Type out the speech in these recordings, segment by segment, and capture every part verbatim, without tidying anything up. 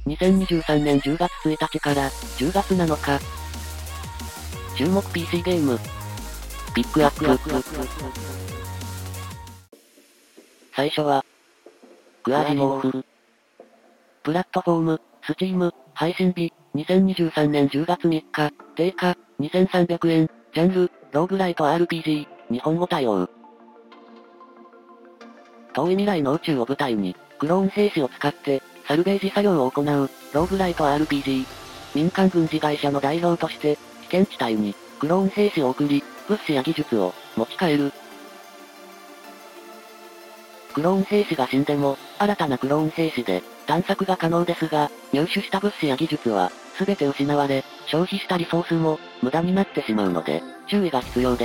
にせんにじゅうさんねんじゅうがつついたちからじゅうがつなのか。注目 ピーシー ゲーム。ピックアップ。最初は、クアジモーフ。プラットフォーム、スチーム、配信日、にせんにじゅうさんねんじゅうがつみっか、定価、にせんさんびゃくえん、ジャンル、ローグライト アールピージー、日本語対応。遠い未来の宇宙を舞台に、クローン兵士を使って、サルベージ作業を行う、ローグライト アールピージー。民間軍事会社の代表として、危険地帯に、クローン兵士を送り、物資や技術を、持ち帰る。クローン兵士が死んでも、新たなクローン兵士で、探索が可能ですが、入手した物資や技術は、すべて失われ、消費したリソースも、無駄になってしまうので、注意が必要です。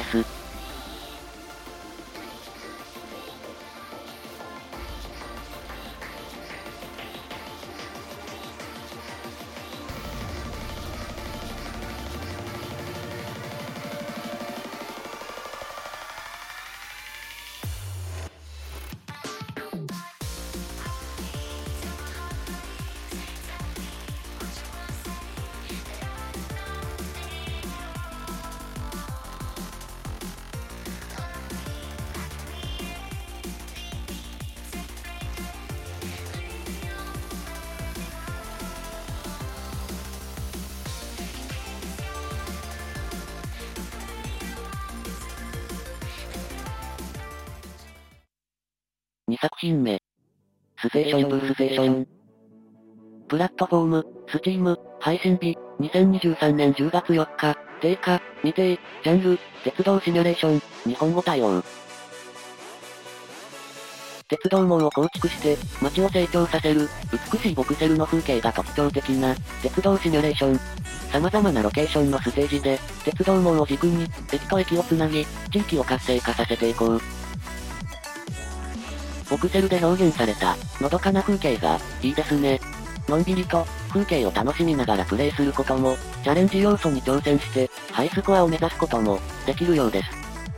にさく品目。ステーションブーステーション。プラットフォーム、スチーム、配信日、にせんにじゅうさんねんじゅうがつよっか、定価、未定、ジャンル、鉄道シミュレーション、日本語対応。鉄道網を構築して、街を成長させる、美しいボクセルの風景が特徴的な、鉄道シミュレーション。様々なロケーションのステージで、鉄道網を軸に、駅と駅をつなぎ、地域を活性化させていこう。ボクセルで表現された、のどかな風景が、いいですね。のんびりと、風景を楽しみながらプレイすることも、チャレンジ要素に挑戦して、ハイスコアを目指すことも、できるようです。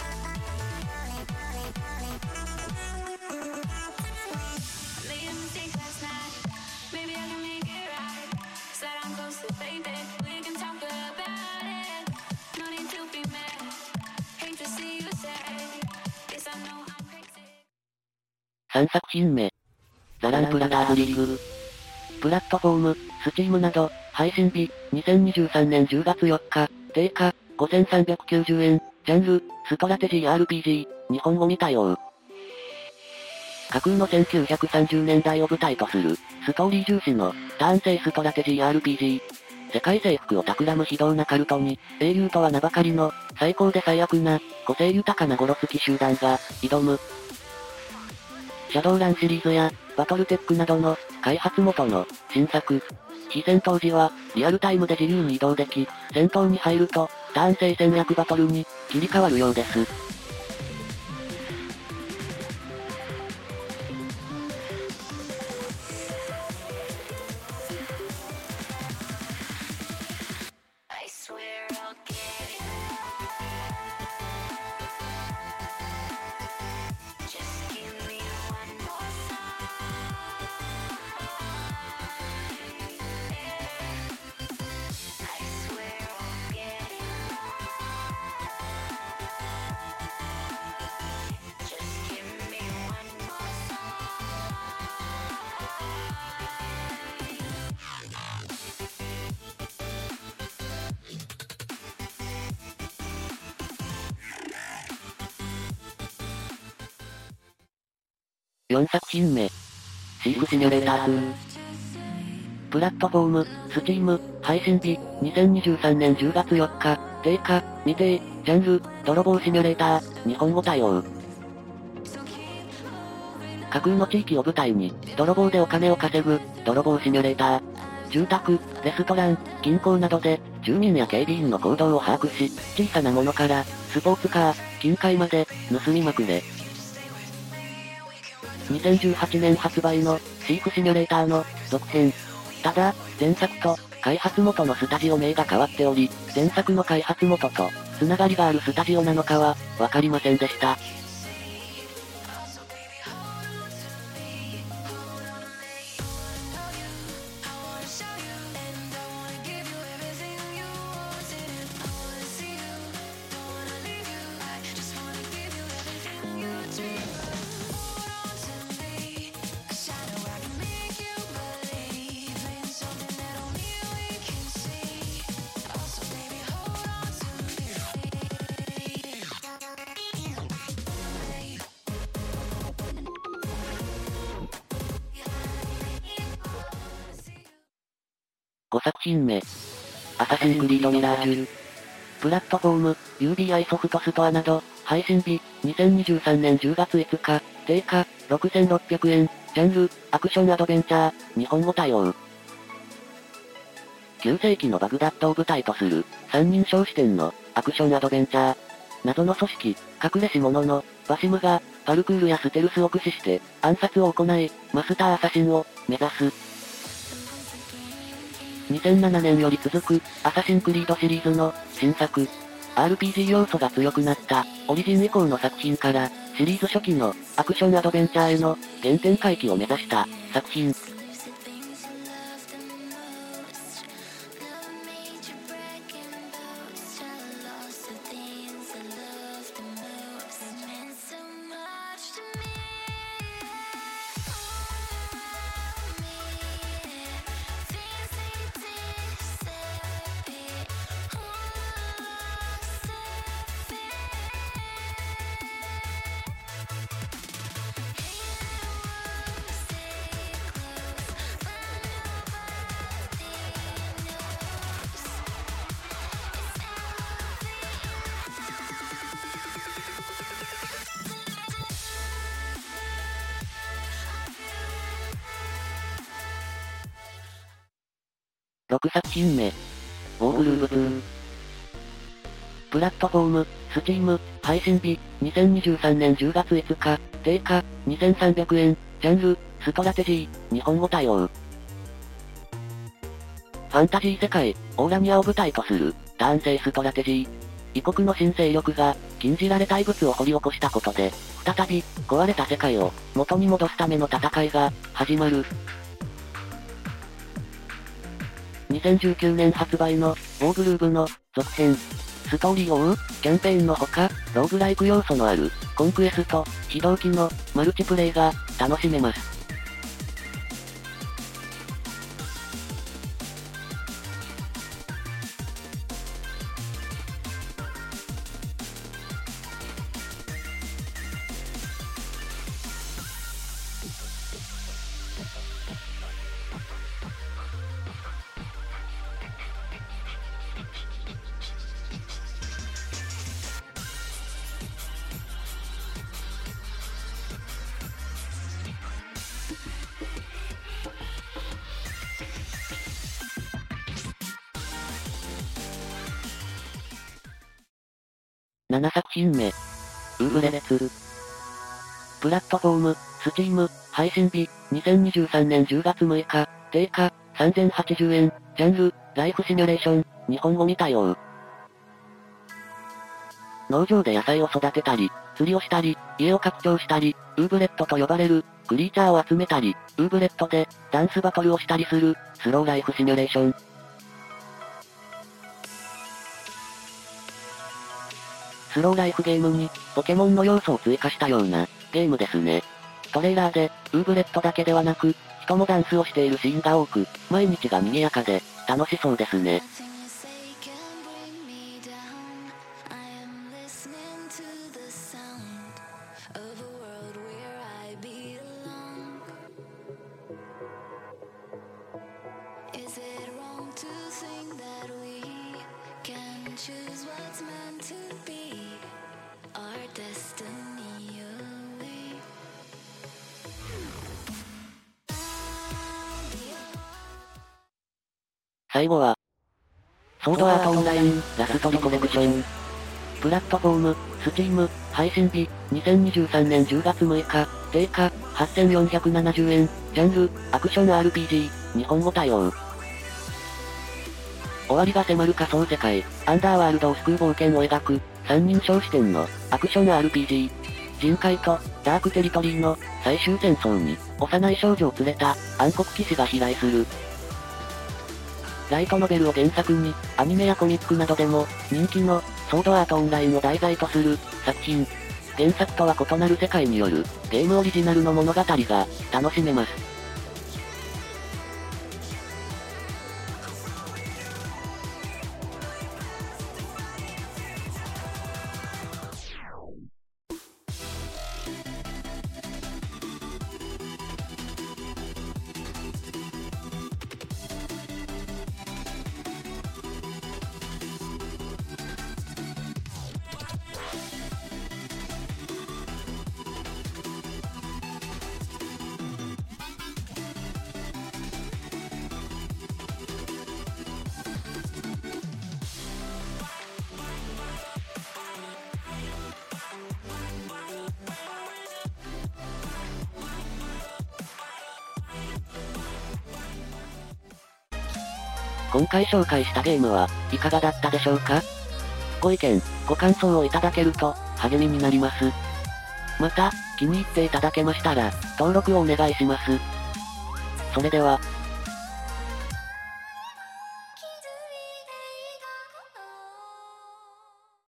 さんさく品目。ザランプラダーズリーグ。プラットフォーム、スチームなど、配信日、にせんにじゅうさんねんじゅうがつよっか、定価、ごせんさんびゃくきゅうじゅうえん、ジャンル、ストラテジー アールピージー、日本語未対応。架空のせんきゅうひゃくさんじゅうねんだいを舞台とする、ストーリー重視の、ターン制ストラテジー アールピージー。世界征服を企む非道なカルトに、英雄とは名ばかりの、最高で最悪な、個性豊かなゴロツキ集団が、挑む。シャドウランシリーズや、バトルテックなどの、開発元の、新作。非戦闘時は、リアルタイムで自由に移動でき、戦闘に入ると、ターン制戦略バトルに、切り替わるようです。よんさく品目。シーフシミュレーターツー。プラットフォーム、スチーム、配信日、にせんにじゅうさんねんじゅうがつよっか、定価、未定、ジャンル、泥棒シミュレーター、日本語対応。架空の地域を舞台に、泥棒でお金を稼ぐ、泥棒シミュレーター。住宅、レストラン、銀行などで、住民や警備員の行動を把握し、小さなものから、スポーツカー、金塊まで、盗みまくれ。にせんじゅうはちねん発売の、シーフシミュレーターの、続編。ただ、前作と、開発元のスタジオ名が変わっており、前作の開発元と、つながりがあるスタジオなのかは、わかりませんでした。 ごさく品目。アサシンクリードミラージュ。プラットフォーム、ユービーアイ ソフトストアなど、配信日、にせんにじゅうさんねんじゅうがついつか、定価、ろくせんろっぴゃくえん、ジャンル、アクションアドベンチャー、日本語対応。きゅうせいきのバグダッドを舞台とする、三人称視点の、アクションアドベンチャー。謎の組織、隠れし者の、バシムが、パルクールやステルスを駆使して、暗殺を行い、マスターアサシンを、目指す。にせんななねんより続く、アサシンクリードシリーズの、新作。アールピージー 要素が強くなった、オリジン以降の作品から、シリーズ初期の、アクションアドベンチャーへの、原点回帰を目指した、作品。ろくさく品目。ウォーグルーブツー。プラットフォーム、スチーム、配信日、にせんにじゅうさんねんじゅうがついつか、定価、にせんさんびゃくえん、ジャンル、ストラテジー、日本語対応。ファンタジー世界、オーラニアを舞台とする、ターン制ストラテジー。異国の新勢力が、禁じられた遺物を掘り起こしたことで、再び、壊れた世界を、元に戻すための戦いが、始まる。にせんじゅうきゅうねん発売の、ウォーグルーブの、続編。ストーリーを追う、キャンペーンのほか、ローグライク要素のある、コンクエスト、非同期の、マルチプレイが、楽しめます。ななさく品目。ウーブレレツ。プラットフォーム、スチーム、配信日、にせんにじゅうさんねんじゅうがつむいか、定価、さんぜんはちじゅうえん、ジャンル、ライフシミュレーション、日本語未対応。農場で野菜を育てたり、釣りをしたり、家を拡張したり、ウーブレットと呼ばれる、クリーチャーを集めたり、ウーブレットで、ダンスバトルをしたりする、スローライフシミュレーション。スローライフゲームに、ポケモンの要素を追加したような、ゲームですね。トレーラーで、ウーブレットだけではなく、人もダンスをしているシーンが多く、毎日が賑やかで、楽しそうですね。最後は、ソードアートオンライン、ラストリコレクション。プラットフォーム、スチーム、配信日、にせんにじゅうさんねんじゅうがつむいか、定価、はっせんよんひゃくななじゅうえん、ジャンル、アクション アールピージー、日本語対応。終わりが迫る仮想世界、アンダーワールドを救う冒険を描く、三人称視点の、アクション アールピージー。人海と、ダークテリトリーの、最終戦争に、幼い少女を連れた、暗黒騎士が飛来する。ライトノベルを原作に、アニメやコミックなどでも、人気の、ソードアートオンラインを題材とする、作品。原作とは異なる世界による、ゲームオリジナルの物語が、楽しめます。 今回紹介したゲームはいかがだったでしょうか？ご意見、ご感想をいただけると励みになります。また、気に入っていただけましたら、登録をお願いします。それでは、